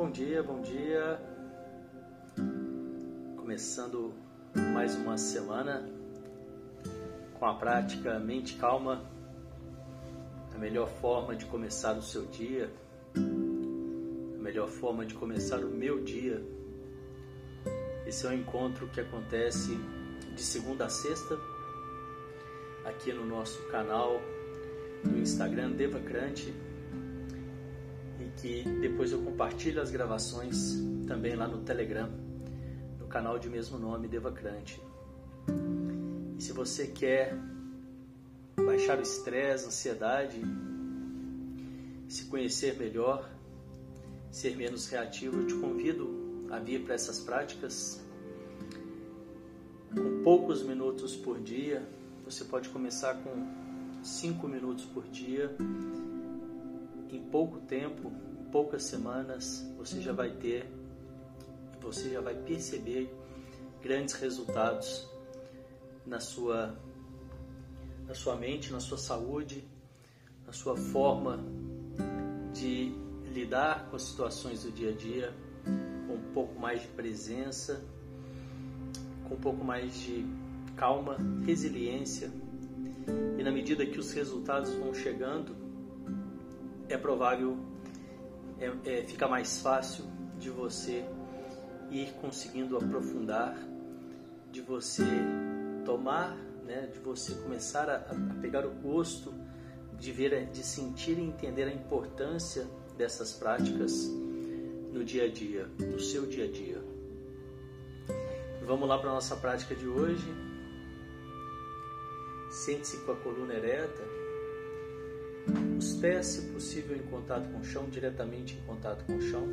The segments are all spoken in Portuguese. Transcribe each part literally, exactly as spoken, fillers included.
Bom dia, bom dia. Começando mais uma semana com a prática Mente Calma, a melhor forma de começar o seu dia, a melhor forma de começar o meu dia. Esse é um encontro que acontece de segunda a sexta, aqui no nosso canal do Instagram Devacrante, e que depois eu compartilho as gravações também lá no Telegram, no canal de mesmo nome, Devacrante. E se você quer baixar o estresse, a ansiedade, se conhecer melhor, ser menos reativo, eu te convido a vir para essas práticas com poucos minutos por dia. Você pode começar com cinco minutos por dia. Em pouco tempo, em poucas semanas, você já vai ter, você já vai perceber grandes resultados na sua, na sua mente, na sua saúde, na sua forma de lidar com as situações do dia a dia, com um pouco mais de presença, com um pouco mais de calma, resiliência. E na medida que os resultados vão chegando, é provável, é, é, fica mais fácil de você ir conseguindo aprofundar, de você tomar, né, de você começar a, a pegar o gosto de ver, de sentir e entender a importância dessas práticas no dia a dia, no seu dia a dia. Vamos lá para a nossa prática de hoje. Sente-se com a coluna ereta, os pés, se possível, em contato com o chão, diretamente em contato com o chão.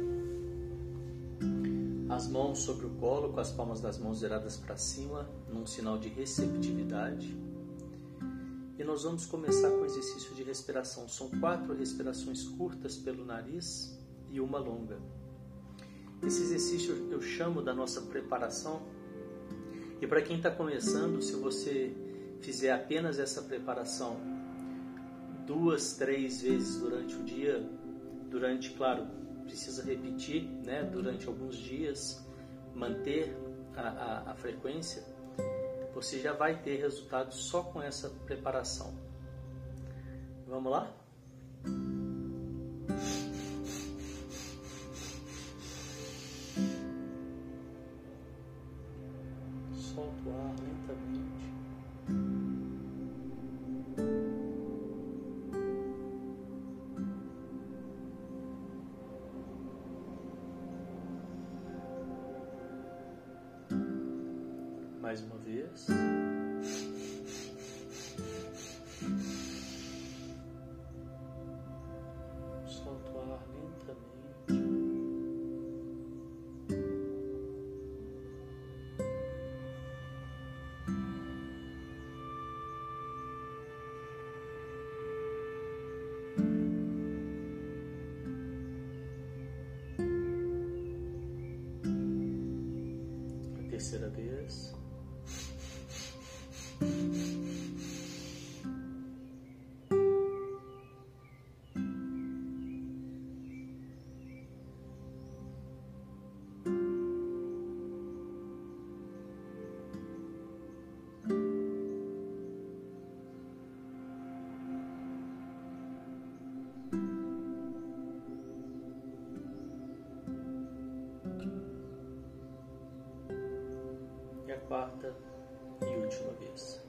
As mãos sobre o colo, com as palmas das mãos viradas para cima, num sinal de receptividade. E nós vamos começar com o exercício de respiração. São quatro respirações curtas pelo nariz e uma longa. Esse exercício eu chamo da nossa preparação. E para quem está começando, se você fizer apenas essa preparação duas, três vezes durante o dia, durante, claro, precisa repetir, né, durante alguns dias, manter a, a, a frequência, você já vai ter resultados só com essa preparação. Vamos lá? Solta o ar lentamente. Mais uma vez. Solta o ar lentamente. A terceira vez. E a quarta e última vez.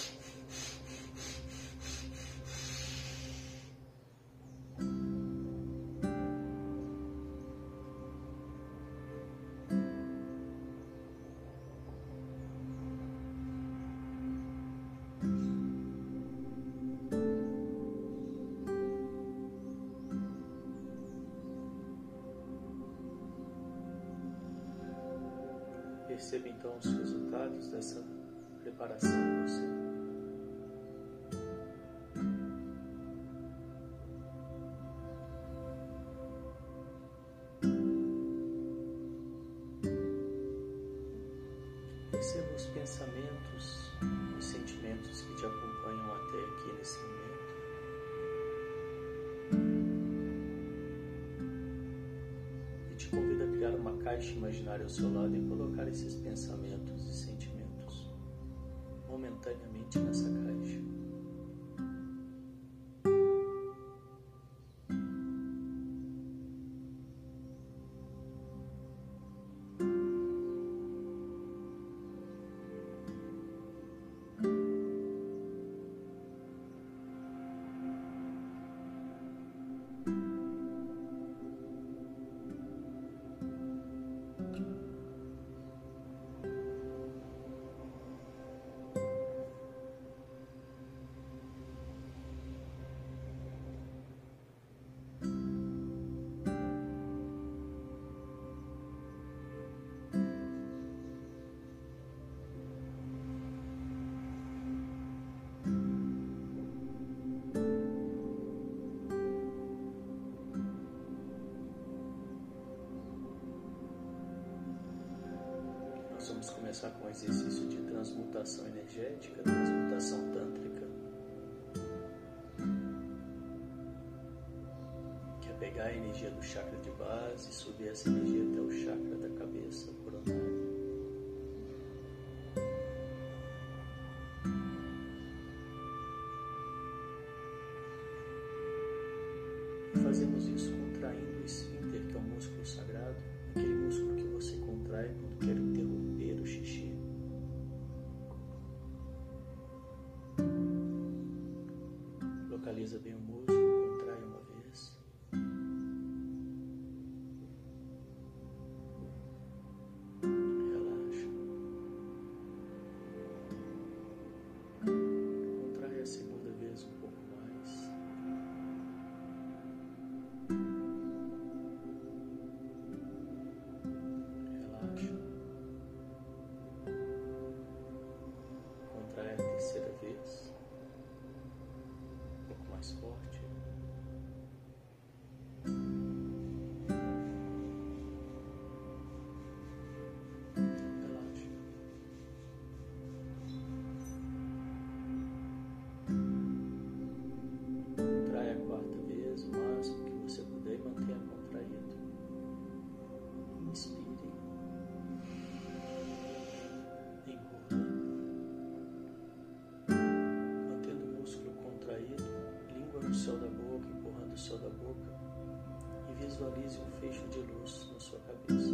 Perceba então os resultados dessa preparação em você. Perceba os pensamentos, os sentimentos que te acompanham até aqui nesse momento. E te criar uma caixa imaginária ao seu lado e colocar esses pensamentos e sentimentos momentaneamente nessa caixa. Nós vamos começar com o exercício de transmutação energética, transmutação tântrica, que é pegar a energia do chakra de base e subir essa energia até o chakra da cabeça, coronário. E fazemos isso contraindo o esfíncter, que é o músculo sagrado, aquele músculo que você contrai quando quer interromper o xixi. Localiza bem o músculo, contrai uma vez. Relaxa. Contrai a segunda vez um pouco mais. Contrai a terceira vez, um pouco mais forte. Relaxa. Contrai a quarta vez, o máximo que você puder, e mantenha contraído. Inspire. No céu da boca, empurrando o céu da boca, e visualize um feixe de luz na sua cabeça.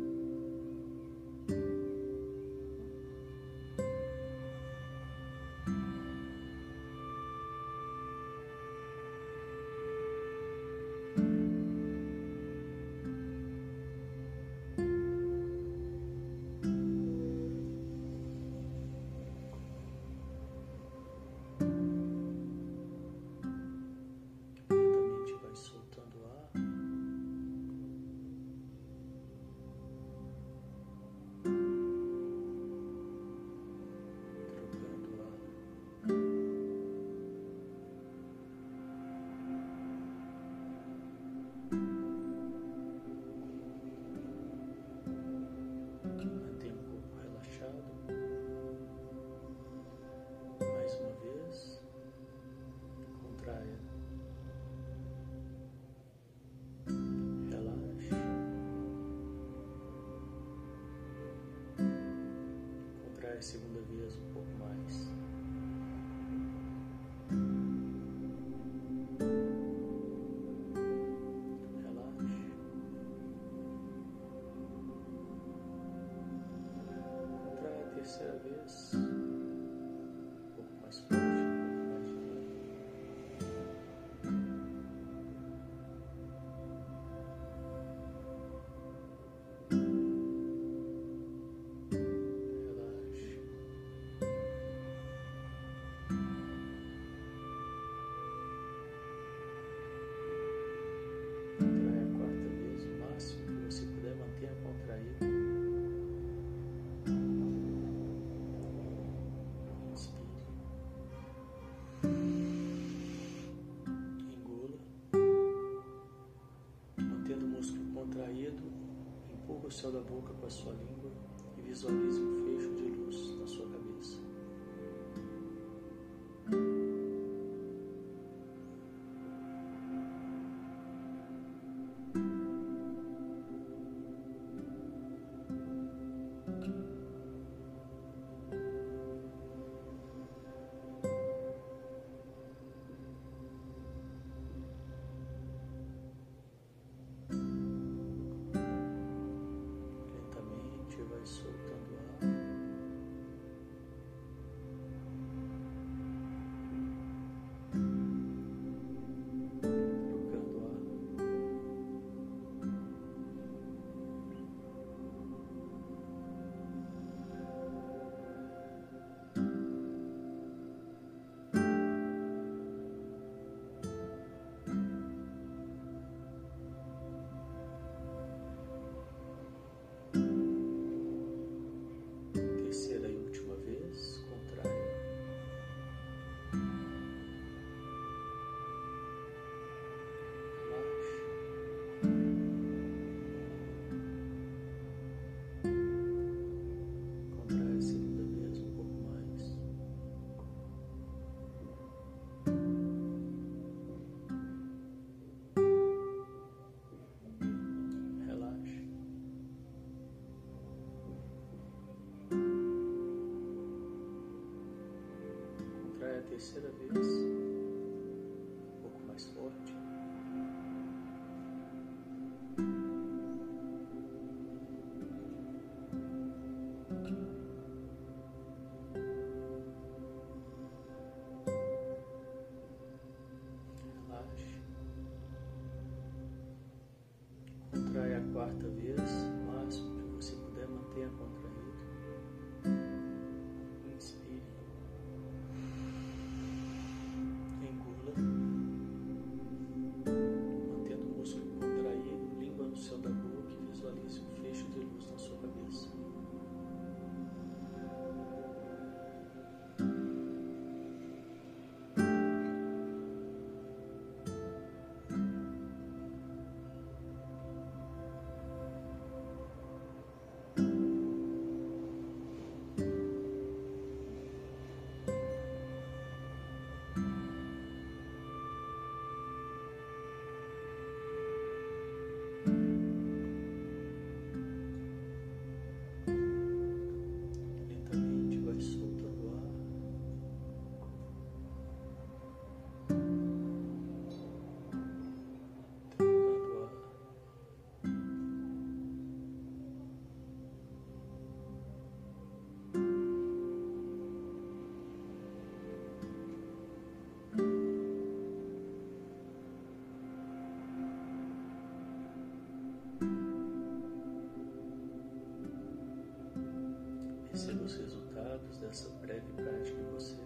A segunda vez um pouco mais. Relaxe. Contrai a terceira vez. Um pouco mais forte, um pouco mais lento. O céu da boca com a sua língua e visualize um fecho de luz na sua cabeça. terceira vez, um pouco mais forte. Relaxe. Contrai a quarta vez, o máximo que você puder, mantenha contraído. Inspire. Engula. Mantendo o músculo contraído, língua no céu da boca e visualize um fecho de luz na sua cabeça. Perceba os resultados dessa breve prática em você.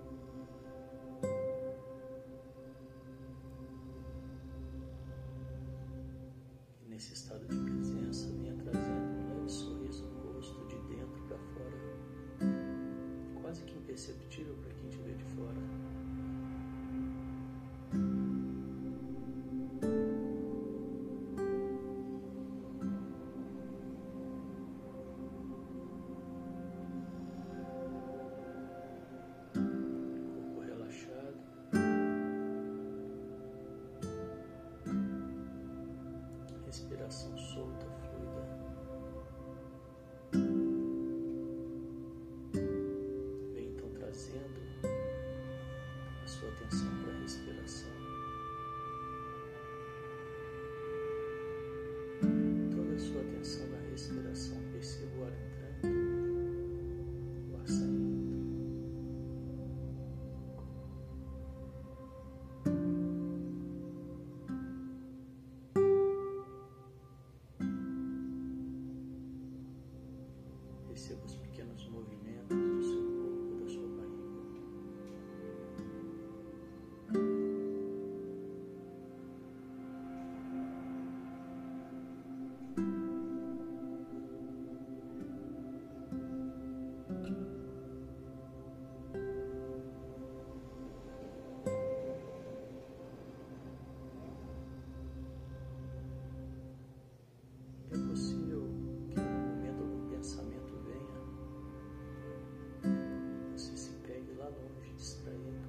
E nesse estado de presença, venha trazendo um leve sorriso no rosto, de dentro para fora, quase que imperceptível para quem te vê de fora. Respiração solta, fluida. Vem então trazendo a sua atenção para a respiração. Toda a sua atenção na respiração. Perceba o ar entrando, o ar saindo. Perceba os pequenos movimentos do seu corpo, da sua barriga. É possível que em algum momento algum pensamento venha, você se pegue lá longe, distraído.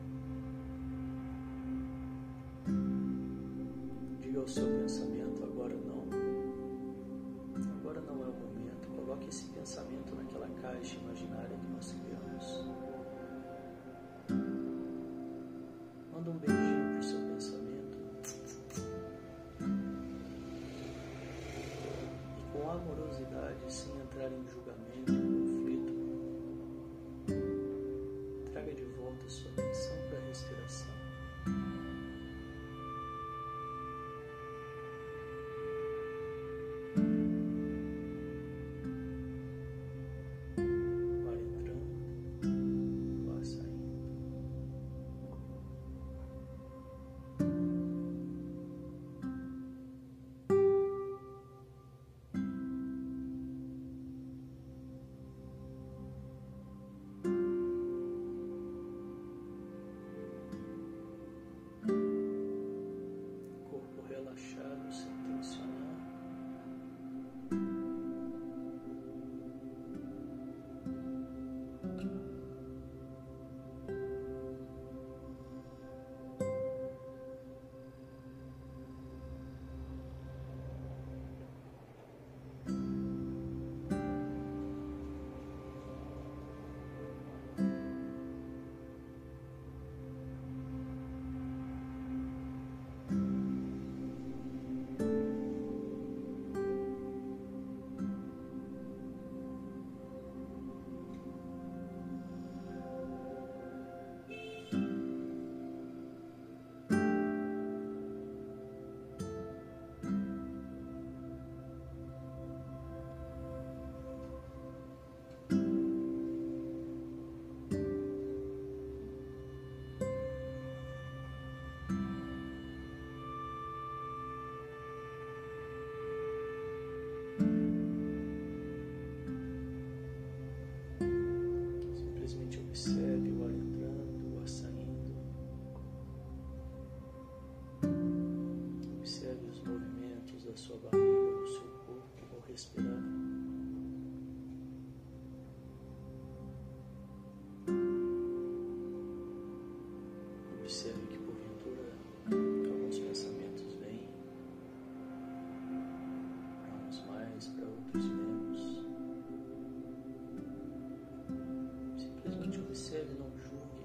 Diga ao seu pensamento: agora não. Agora não é o momento. Coloque esse pensamento naquela caixa imaginária que nós criamos. Manda um beijinho para o seu pensamento. E com amorosidade, sem entrar em julgamento e conflito, traga de volta a sua atenção para a respiração. Vai entrando, vai saindo. da sua barriga, do seu corpo, ao respirar. Observe que porventura alguns pensamentos vêm, para uns mais, para outros menos. Simplesmente observe, não julgue,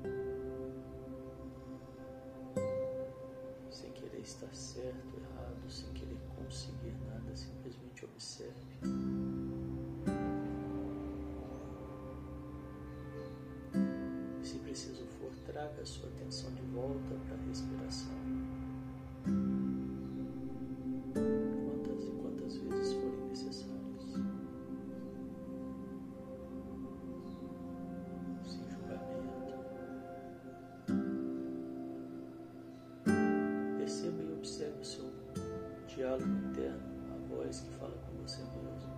sem querer estar certo ou errado, sem querer conseguir nada, simplesmente observe. Se preciso for, traga a sua atenção de volta para a respiração. Quantas e quantas vezes forem necessárias. Sem julgamento. Perceba e observe o seu diálogo interno, a voz que fala com você mesmo.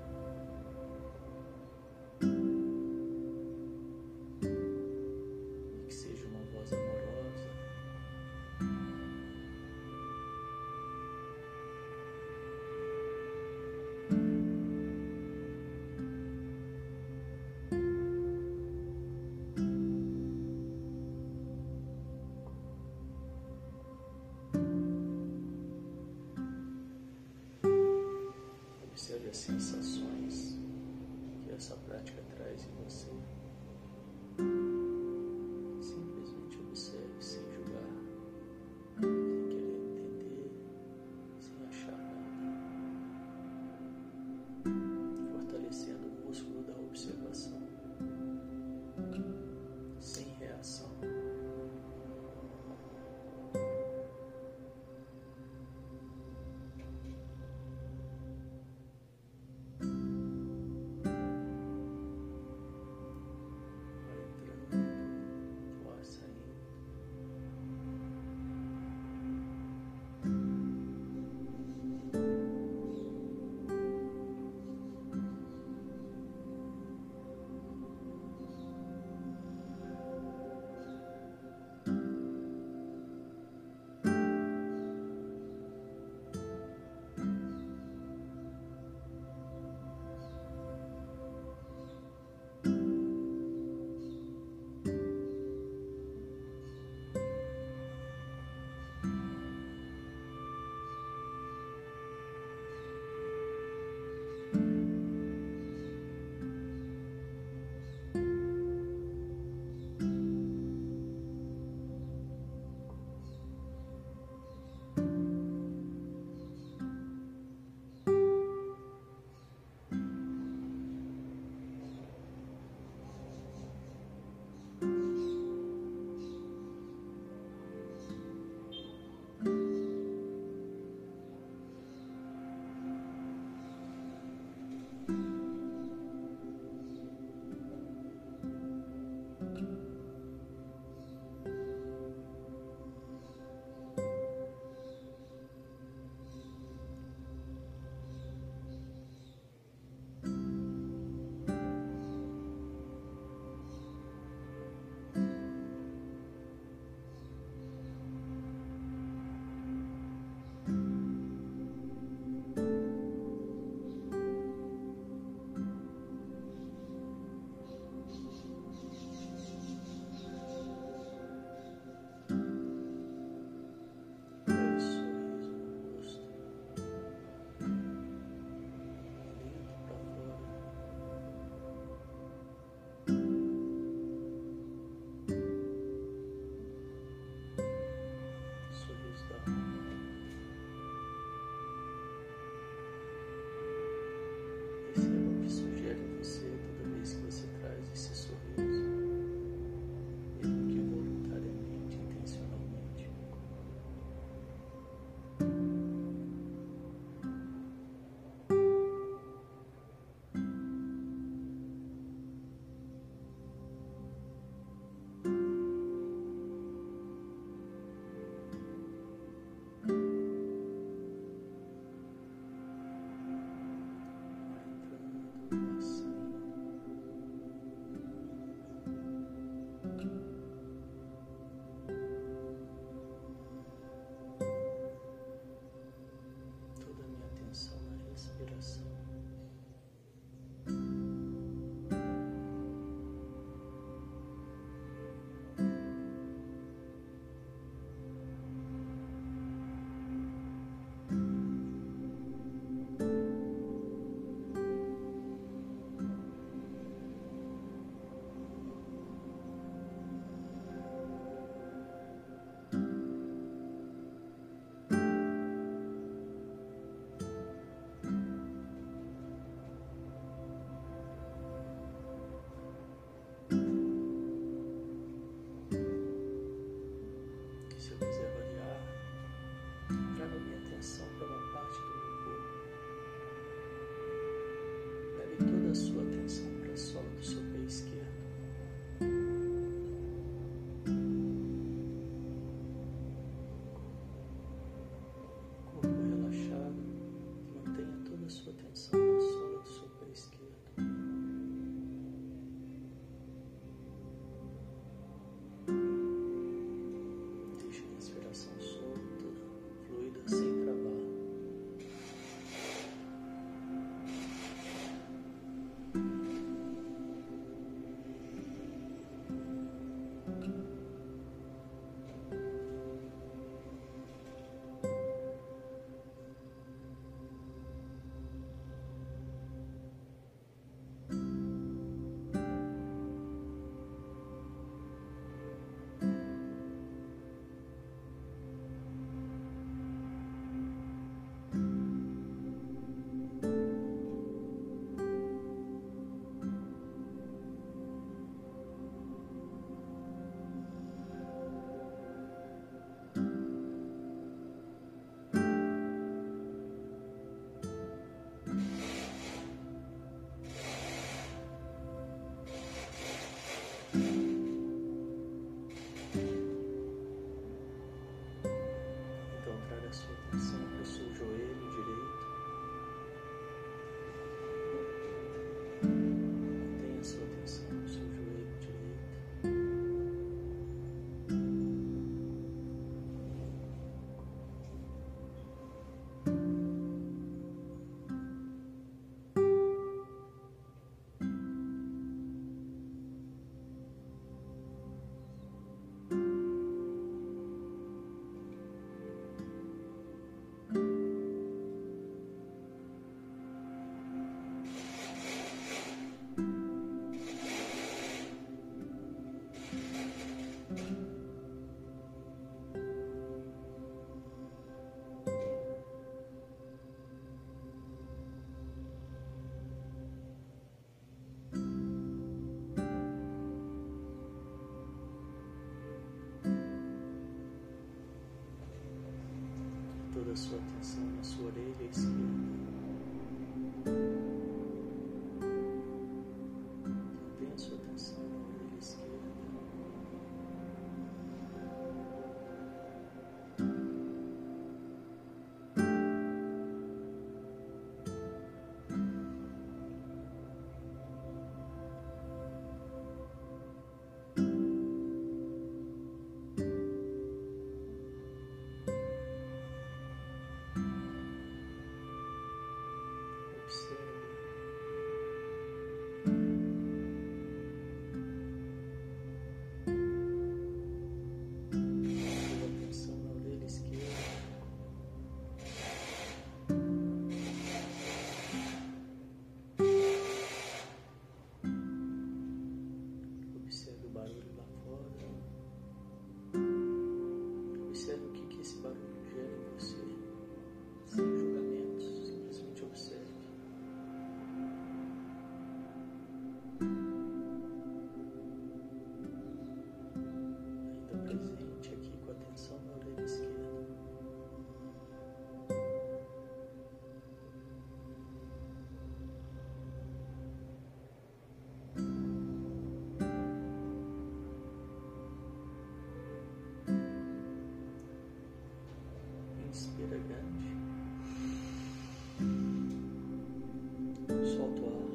Observe as sensações que essa prática traz em você. Simplesmente observe sem julgar, sem querer entender, sem achar nada. Fortalecendo o músculo da observação, sem reação. a sua atenção para o seu joelho direito. Mantenha a sua atenção no seu joelho direito. Toda a sua atenção na sua orelha esquerda. Mantenha a sua atenção na orelha esquerda. Inspira grande, solta o ar.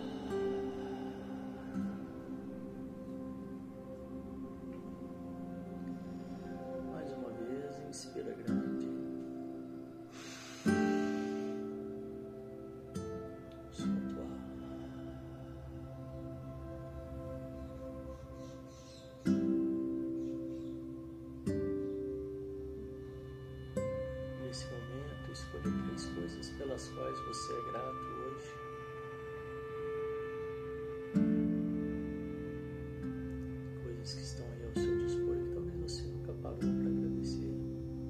Mais uma vez, inspira grande, solta o ar. Nesse momento, escolha três coisas pelas quais você é grato hoje. Coisas que estão aí ao seu dispor que talvez você nunca parou para agradecer.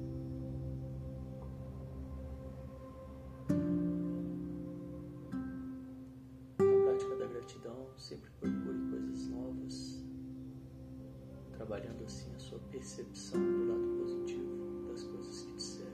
Na prática da gratidão, sempre procure coisas novas, trabalhando assim a sua percepção do lado positivo das coisas que te servem.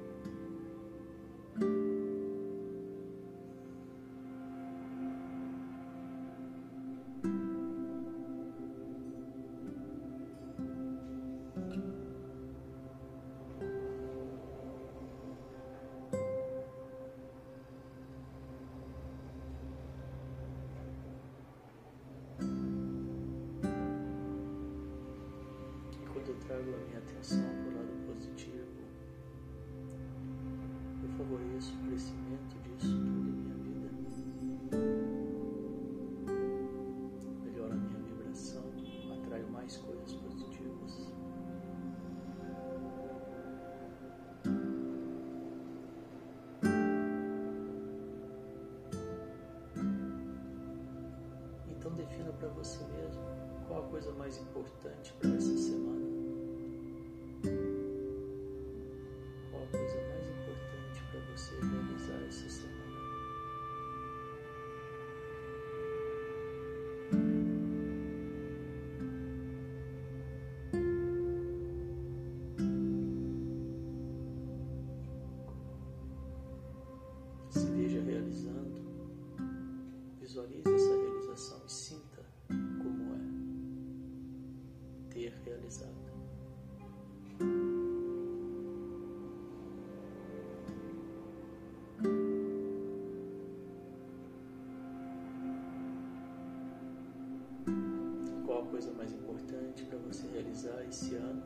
Eu trago a minha atenção para o lado positivo. Eu favoreço o crescimento disso tudo em minha vida. Melhoro a minha vibração, atraio mais coisas positivas. Então defina para você mesmo qual a coisa mais importante para essa semana. Qual a coisa mais importante para você realizar essa semana? Se veja realizando, visualize essa realização e sinta como é ter realizado. coisa mais importante para você realizar esse ano.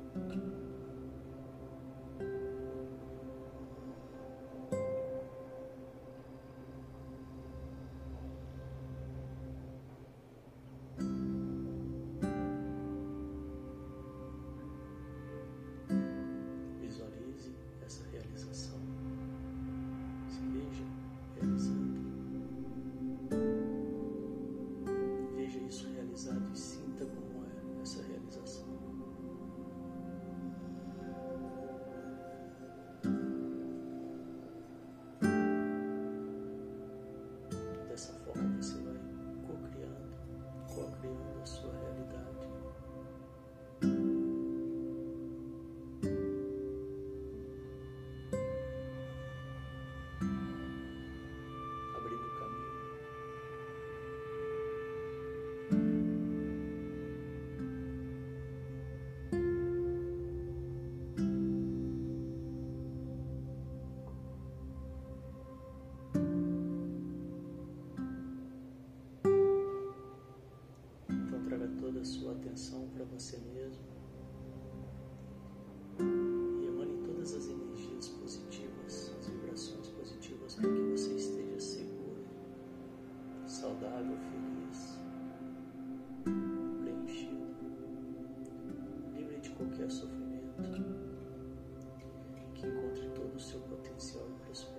Visualize essa realização. Se veja realizando. Veja isso realizado e sinta como é essa realização. Dessa forma você vai co-criando, co-criando a sua realidade. Abrindo o caminho. Então traga toda a sua atenção para você mesmo e emane todas as energias positivas, as vibrações positivas para que você esteja seguro, saudável, feliz, preenchido, livre de qualquer sofrimento, que encontre todo o seu potencial e prospere.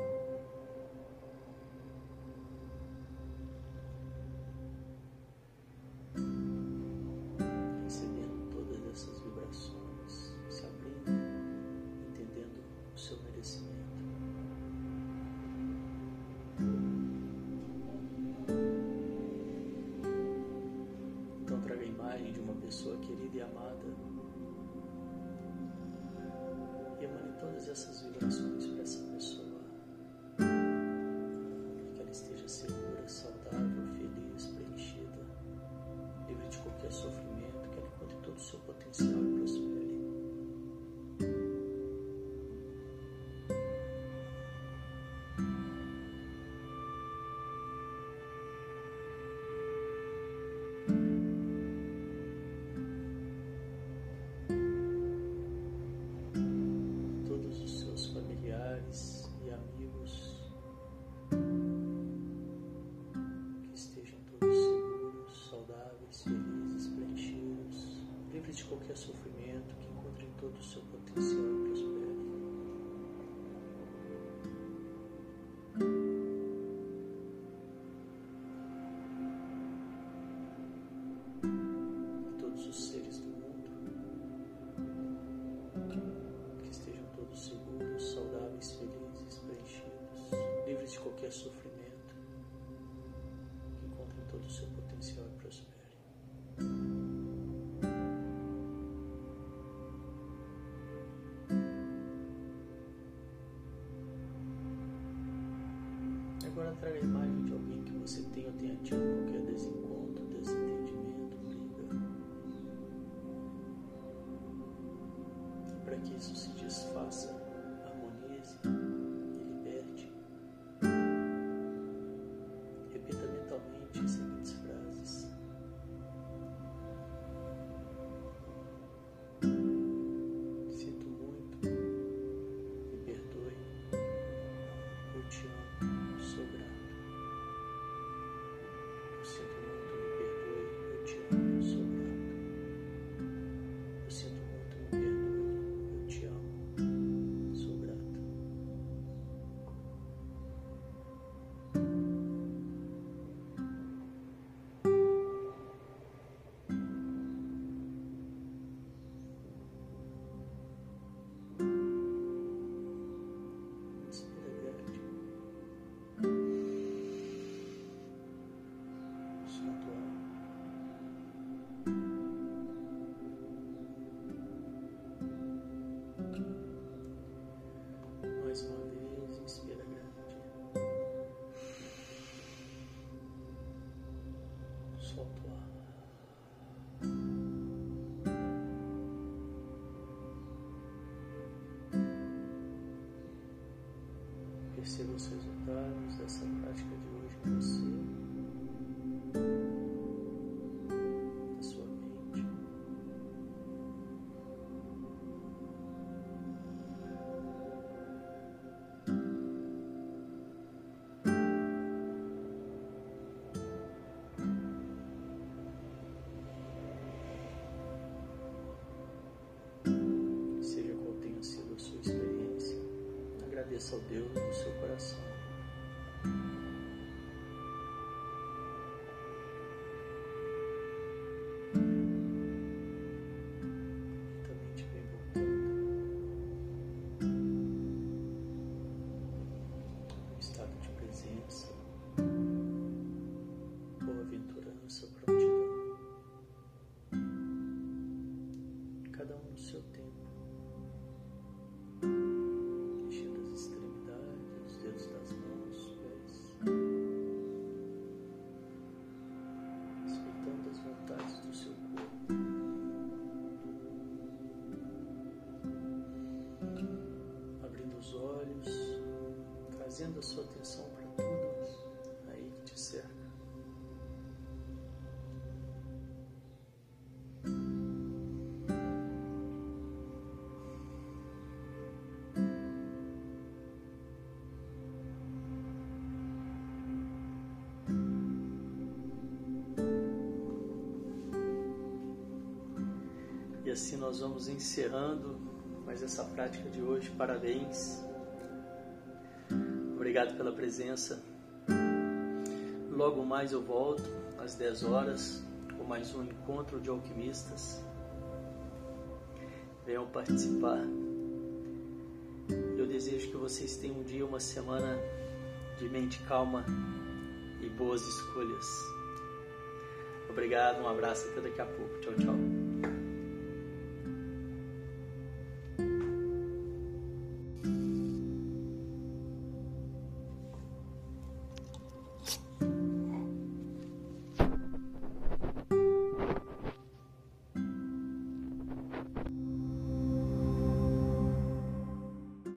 Recebendo todas essas vibrações, se abrindo, entendendo o seu merecimento. Então traga a imagem de uma pessoa querida e amada e emane todas essas vibrações para essa pessoa, para que ela esteja segura, saudável, feliz, preenchida, livre de qualquer sofrimento, que ela encontre todo o seu potencial e prospere. Todos os seus familiares e amigos que estejam todos seguros, saudáveis, felizes, preenchidos, livres de qualquer sofrimento, que encontrem todo o seu potencial e prosperem. Todos os seres do mundo que estejam todos seguros, saudáveis, felizes, preenchidos, livres de qualquer sofrimento, que encontrem todo o seu potencial e prosperem. Agora traga a imagem de alguém que você tem ou tenha tido qualquer desencontro, desentendimento, briga. E para que isso se desfaça, harmonize e liberte. Repita mentalmente as seguintes frases. Sinto muito, me perdoe, eu te amo, sou grato. Eu sinto muito, me perdoe, eu te amo, sou grato. Eu sinto muito, me perdoe, eu te amo, sou grato. Inspira gratidão. Solta o ar. Mais uma vez, inspira gratidão. Solta o ar. Perceba os resultados dessa prática de hoje em você, da Peça ao Deus do seu coração. Lentamente vem voltando. Um estado de presença. Boa-aventurança, prontidão. Cada um no seu tempo. Trazendo a sua atenção para tudo aí que te cerca. E assim nós vamos encerrando mais essa prática de hoje. Parabéns. Obrigado pela presença. Logo mais eu volto às dez horas com mais um encontro de alquimistas. Venham participar. Eu desejo que vocês tenham um dia, uma semana de mente calma e boas escolhas. Obrigado, um abraço, até daqui a pouco. Tchau, tchau.